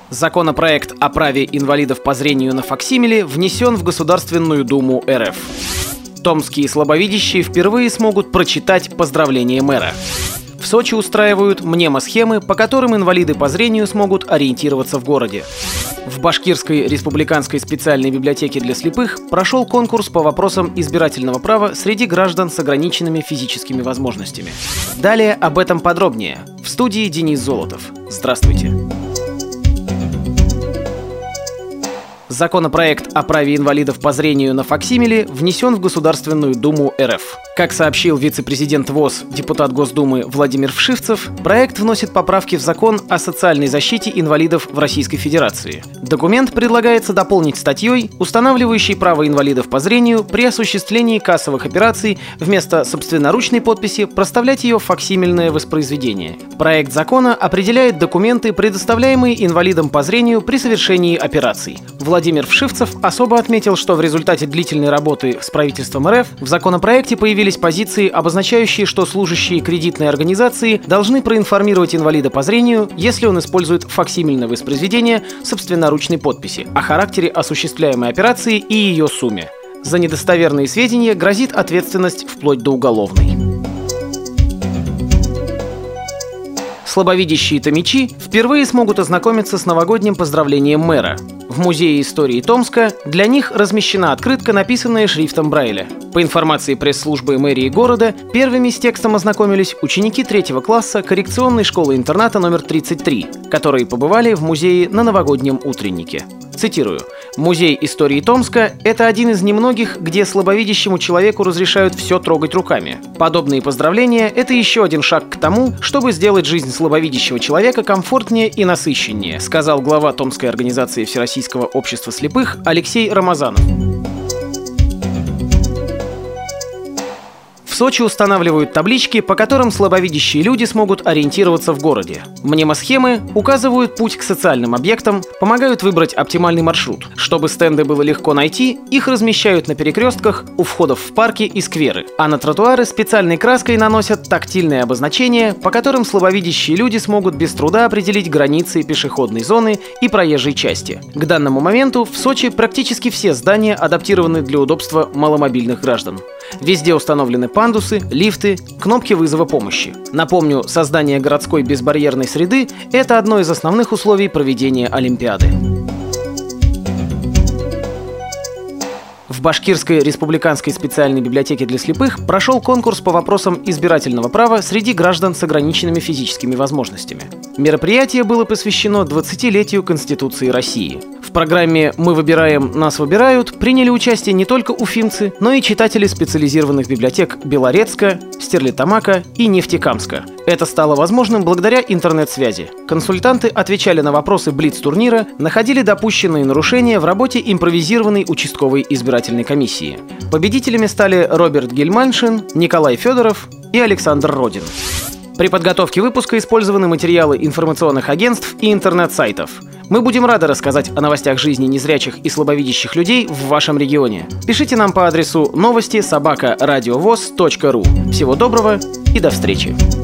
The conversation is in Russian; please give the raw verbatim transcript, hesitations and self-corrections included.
Законопроект о праве инвалидов по зрению на факсимиле внесен в Государственную Думу эр эф. Томские слабовидящие впервые смогут прочитать поздравления мэра. В Сочи устраивают мнемосхемы, по которым инвалиды по зрению смогут ориентироваться в городе. В Башкирской республиканской специальной библиотеке для слепых прошел конкурс по вопросам избирательного права среди граждан с ограниченными физическими возможностями. Далее об этом подробнее. В студии Денис Золотов. Здравствуйте. Законопроект о праве инвалидов по зрению на факсимиле внесен в Государственную Думу эр эф. Как сообщил вице-президент ВОЗ, депутат Госдумы Владимир Вшивцев, проект вносит поправки в закон о социальной защите инвалидов в Российской Федерации. Документ предлагается дополнить статьей, устанавливающей право инвалидов по зрению при осуществлении кассовых операций вместо собственноручной подписи проставлять ее в факсимильное воспроизведение. Проект закона определяет документы, предоставляемые инвалидам по зрению при совершении операций. Владимир Вшивцев особо отметил, что в результате длительной работы с правительством эр эф в законопроекте появились позиции, обозначающие, что служащие кредитной организации должны проинформировать инвалида по зрению, если он использует факсимильное воспроизведение собственноручной подписи, о характере осуществляемой операции и ее сумме. За недостоверные сведения грозит ответственность вплоть до уголовной. Слабовидящие томичи впервые смогут ознакомиться с новогодним поздравлением мэра. В Музее истории Томска для них размещена открытка, написанная шрифтом Брайля. По информации пресс-службы мэрии города, первыми с текстом ознакомились ученики третьего класса коррекционной школы-интерната номер тридцать три, которые побывали в музее на новогоднем утреннике. Цитирую. «Музей истории Томска – это один из немногих, где слабовидящему человеку разрешают все трогать руками. Подобные поздравления – это еще один шаг к тому, чтобы сделать жизнь слабовидящего человека комфортнее и насыщеннее», сказал глава Томской организации Всероссийского общества слепых Алексей Рамазанов. В Сочи устанавливают таблички, по которым слабовидящие люди смогут ориентироваться в городе. Мнемосхемы указывают путь к социальным объектам, помогают выбрать оптимальный маршрут. Чтобы стенды было легко найти, их размещают на перекрестках, у входов в парки и скверы. А на тротуары специальной краской наносят тактильные обозначения, по которым слабовидящие люди смогут без труда определить границы пешеходной зоны и проезжей части. К данному моменту в Сочи практически все здания адаптированы для удобства маломобильных граждан. Везде установлены пандусы, лифты, кнопки вызова помощи. Напомню, создание городской безбарьерной среды – это одно из основных условий проведения Олимпиады. В Башкирской республиканской специальной библиотеке для слепых прошел конкурс по вопросам избирательного права среди граждан с ограниченными физическими возможностями. Мероприятие было посвящено двадцатилетию Конституции России. В программе «Мы выбираем, нас выбирают» приняли участие не только уфимцы, но и читатели специализированных библиотек Белорецка, Стерлитамака и Нефтекамска. Это стало возможным благодаря интернет-связи. Консультанты отвечали на вопросы блиц-турнира, находили допущенные нарушения в работе импровизированной участковой избирательной комиссии. Победителями стали Роберт Гельманшин, Николай Федоров и Александр Родин. При подготовке выпуска использованы материалы информационных агентств и интернет-сайтов. Мы будем рады рассказать о новостях жизни незрячих и слабовидящих людей в вашем регионе. Пишите нам по адресу новости собака радиовоз точка ру. Всего доброго и до встречи!